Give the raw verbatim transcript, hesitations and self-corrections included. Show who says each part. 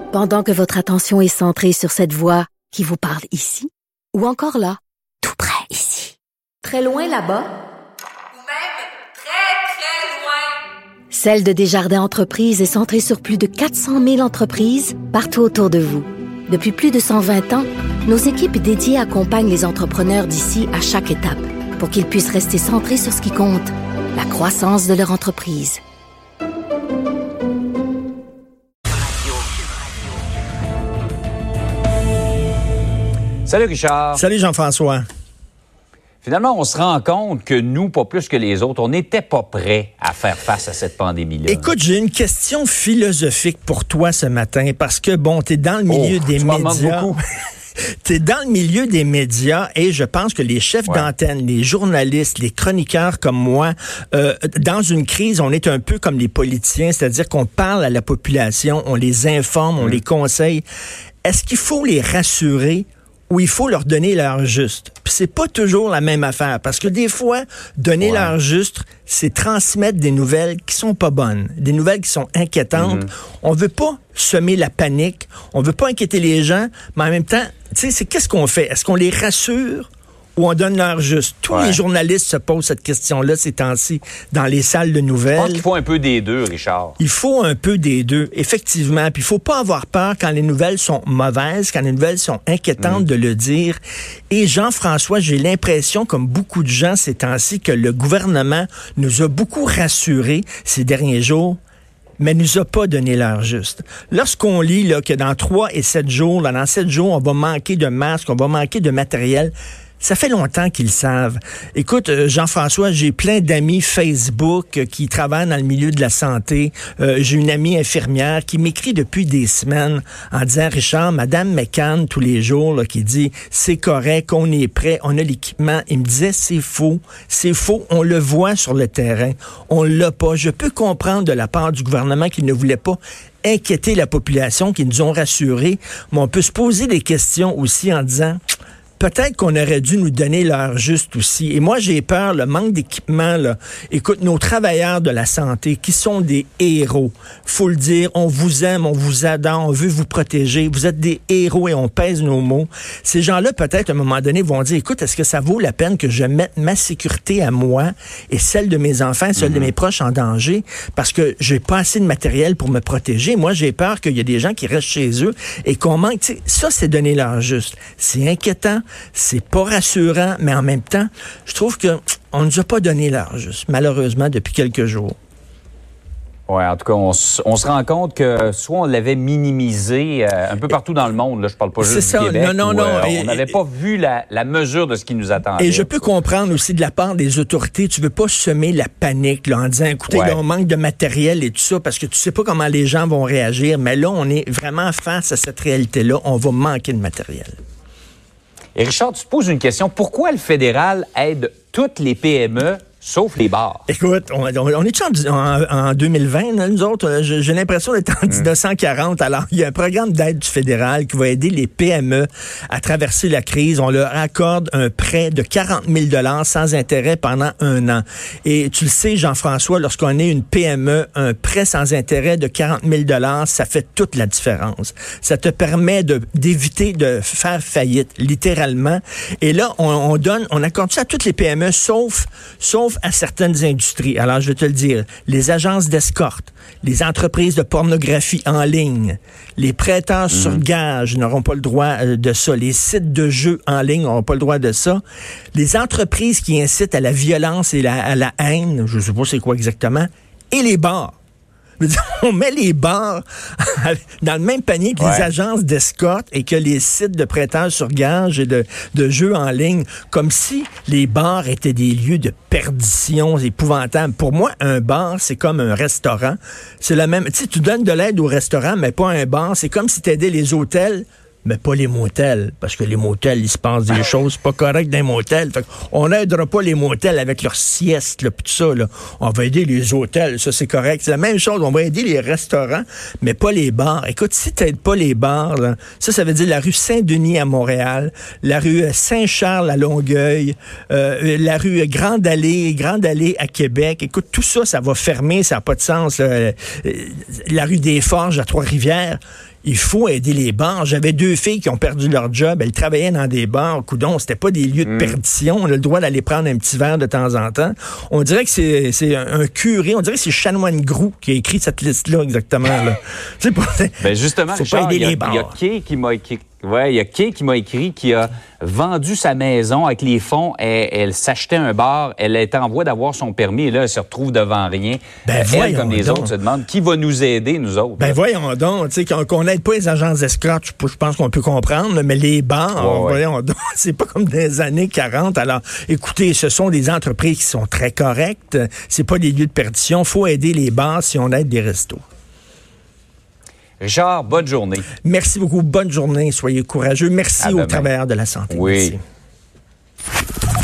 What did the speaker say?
Speaker 1: Pendant que votre attention est centrée sur cette voix qui vous parle ici, ou encore là, tout près ici, très loin là-bas,
Speaker 2: ou même très, très loin,
Speaker 1: Celle de Desjardins Entreprises est centrée sur plus de quatre cent mille entreprises partout autour de vous. Depuis plus de cent vingt ans, nos équipes dédiées accompagnent les entrepreneurs d'ici à chaque étape pour qu'ils puissent rester centrés sur ce qui compte, la croissance de leur entreprise.
Speaker 3: Salut Richard.
Speaker 4: Salut Jean-François.
Speaker 3: Finalement, on se rend compte que nous, pas plus que les autres, on n'était pas prêts à faire face à cette pandémie-là.
Speaker 4: Écoute, j'ai une question philosophique pour toi ce matin parce que, bon, t'es dans le milieu
Speaker 3: oh,
Speaker 4: des
Speaker 3: tu
Speaker 4: médias.
Speaker 3: beaucoup.
Speaker 4: T'es dans le milieu des médias et je pense que les chefs ouais. d'antenne, les journalistes, les chroniqueurs comme moi, euh, dans une crise, on est un peu comme les politiciens, c'est-à-dire qu'on parle à la population, on les informe, on mmh. les conseille. Est-ce qu'il faut les rassurer ou il faut leur donner l'heure juste? Puis c'est pas toujours la même affaire, parce que des fois, donner ouais. l'heure juste, c'est transmettre des nouvelles qui sont pas bonnes, des nouvelles qui sont inquiétantes. Mm-hmm. On veut pas semer la panique, on veut pas inquiéter les gens, mais en même temps, tu sais, c'est qu'est-ce qu'on fait? Est-ce qu'on les rassure ou on donne l'heure juste? Tous ouais. les journalistes se posent cette question-là ces temps-ci dans les salles de nouvelles. Je
Speaker 3: pense qu'il faut un peu des deux, Richard.
Speaker 4: Il faut un peu des deux, effectivement. Puis il faut pas avoir peur quand les nouvelles sont mauvaises, quand les nouvelles sont inquiétantes mmh. de le dire. Et Jean-François, j'ai l'impression, comme beaucoup de gens ces temps-ci, que le gouvernement nous a beaucoup rassurés ces derniers jours, mais nous a pas donné l'heure juste. Lorsqu'on lit là, que dans trois et sept jours, là, dans sept jours, on va manquer de masques, on va manquer de matériel, ça fait longtemps qu'ils le savent. Écoute, Jean-François, j'ai plein d'amis Facebook qui travaillent dans le milieu de la santé. Euh, j'ai une amie infirmière qui m'écrit depuis des semaines en disant, Richard, Madame McCann, tous les jours, là, qui dit, c'est correct, on est prêt, on a l'équipement. Il me disait, c'est faux, c'est faux, on le voit sur le terrain, on l'a pas. Je peux comprendre de la part du gouvernement qu'il ne voulait pas inquiéter la population, qu'ils nous ont rassurés, mais on peut se poser des questions aussi en disant, peut-être qu'on aurait dû nous donner l'heure juste aussi. Et moi, j'ai peur, le manque d'équipement, là. Écoute, nos travailleurs de la santé, qui sont des héros, faut le dire, on vous aime, on vous adore, on veut vous protéger, vous êtes des héros et on pèse nos mots. Ces gens-là, peut-être, à un moment donné, vont dire, écoute, est-ce que ça vaut la peine que je mette ma sécurité à moi et celle de mes enfants, celle mm-hmm. de mes proches en danger, parce que j'ai pas assez de matériel pour me protéger. Moi, j'ai peur qu'il y ait des gens qui restent chez eux et qu'on manque. T'sais, ça, c'est donner l'heure juste. C'est inquiétant. C'est pas rassurant, mais en même temps, je trouve que on nous a pas donné l'heure juste, malheureusement, depuis quelques jours.
Speaker 3: Oui, en tout cas, on, on se rend compte que soit on l'avait minimisé euh, un peu partout dans le monde, là, je parle pas juste
Speaker 4: c'est
Speaker 3: du
Speaker 4: ça.
Speaker 3: Québec,
Speaker 4: non, non,
Speaker 3: où,
Speaker 4: non.
Speaker 3: euh,
Speaker 4: et,
Speaker 3: on n'avait pas vu la, la mesure de ce qui nous attendait.
Speaker 4: Et je peux comprendre aussi de la part des autorités, tu veux pas semer la panique là, en disant, écoutez, ouais. là, on manque de matériel et tout ça, parce que tu sais pas comment les gens vont réagir, mais là, on est vraiment face à cette réalité-là, on va manquer de matériel.
Speaker 3: Et Richard, tu te poses une question. Pourquoi le fédéral aide toutes les P M E, sauf les bars?
Speaker 4: Écoute, on, on, on est en, en, en deux mille vingt, là, nous autres? J'ai, j'ai l'impression d'être en mmh. dix-neuf cent quarante. Alors, il y a un programme d'aide du fédéral qui va aider les P M E à traverser la crise. On leur accorde un prêt de quarante mille dollars sans intérêt pendant un an. Et tu le sais, Jean-François, lorsqu'on est une P M E, un prêt sans intérêt de quarante mille dollars, ça fait toute la différence. Ça te permet de, d'éviter de faire faillite, littéralement. Et là, on, on donne, on accorde ça à toutes les P M E, sauf, sauf à certaines industries. Alors, je vais te le dire, les agences d'escorte, les entreprises de pornographie en ligne, les prêteurs mmh. sur gage n'auront pas le droit de ça, les sites de jeux en ligne n'auront pas le droit de ça, les entreprises qui incitent à la violence et la, à la haine, je ne sais pas c'est quoi exactement, et les bars. On met les bars dans le même panier que ouais. les agences d'escorte et que les sites de prêteurs sur gage et de, de jeux en ligne, comme si les bars étaient des lieux de perdition épouvantables. Pour moi, un bar, c'est comme un restaurant. C'est la même. Tu sais, tu donnes de l'aide au restaurant, mais pas un bar. C'est comme si tu aidais les hôtels, mais pas les motels, parce que les motels, il se passe des choses pas correctes dans les motels. Fait on n'aidera pas les motels avec leur sieste, là, pis tout ça, là. On va aider les hôtels, ça c'est correct. C'est la même chose, on va aider les restaurants, mais pas les bars. Écoute, si t'aides pas les bars, là, ça, ça veut dire la rue Saint-Denis à Montréal, la rue Saint-Charles à Longueuil, euh, la rue Grande Allée, Grande Allée à Québec. Écoute, tout ça, ça va fermer, ça n'a pas de sens. Là. La rue des Forges à Trois-Rivières. il faut aider les bars. J'avais deux filles qui ont perdu leur job. Elles travaillaient dans des bars. Coudon, c'était pas des lieux de mm. perdition. On a le droit d'aller prendre un petit verre de temps en temps. On dirait que c'est, c'est un curé. On dirait que c'est Chanoine Groux qui a écrit cette liste-là exactement. Là. Tu sais, pour,
Speaker 3: ben justement,
Speaker 4: faut
Speaker 3: Richard,
Speaker 4: pas aider
Speaker 3: il y a,
Speaker 4: les bars.
Speaker 3: Il y a Kay qui m'a écrit. Ouais, il y a Kay qui m'a écrit qui a vendu sa maison avec les fonds. Elle, elle s'achetait un bar. Elle était en voie d'avoir son permis et là, elle se retrouve devant rien.
Speaker 4: Ben
Speaker 3: elle, comme les
Speaker 4: donc.
Speaker 3: autres, se demande qui va nous aider, nous autres.
Speaker 4: Ben
Speaker 3: là.
Speaker 4: voyons donc, tu sais, qu'on, qu'on n'aide pas les agences d'escorte, je pense qu'on peut comprendre, là, mais les bars, ouais, voyons ouais. donc, c'est pas comme dans les années quarante. Alors, écoutez, ce sont des entreprises qui sont très correctes. C'est pas des lieux de perdition. Faut aider les bars si on aide des restos.
Speaker 3: Richard, bonne journée.
Speaker 4: Merci beaucoup. Bonne journée. Soyez courageux. Merci aux travailleurs de la santé.
Speaker 3: Oui.
Speaker 4: Merci.